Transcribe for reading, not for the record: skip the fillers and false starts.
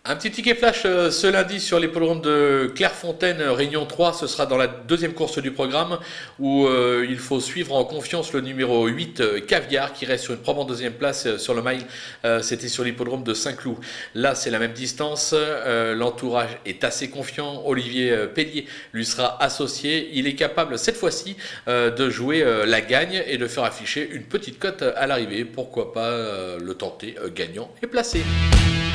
Un petit ticket flash ce lundi sur l'hippodrome de Clairefontaine, Réunion 3. Ce sera dans la deuxième course du programme où il faut suivre en confiance le numéro 8, Caviar, qui reste sur une probante deuxième place sur le mile. C'était sur l'hippodrome de Saint-Cloud. Là, c'est la même distance. L'entourage est assez confiant. Olivier Pellier lui sera associé. Il est capable, cette fois-ci, de jouer la gagne et de faire afficher une petite cote à l'arrivée. Pourquoi pas le tenter gagnant et placé.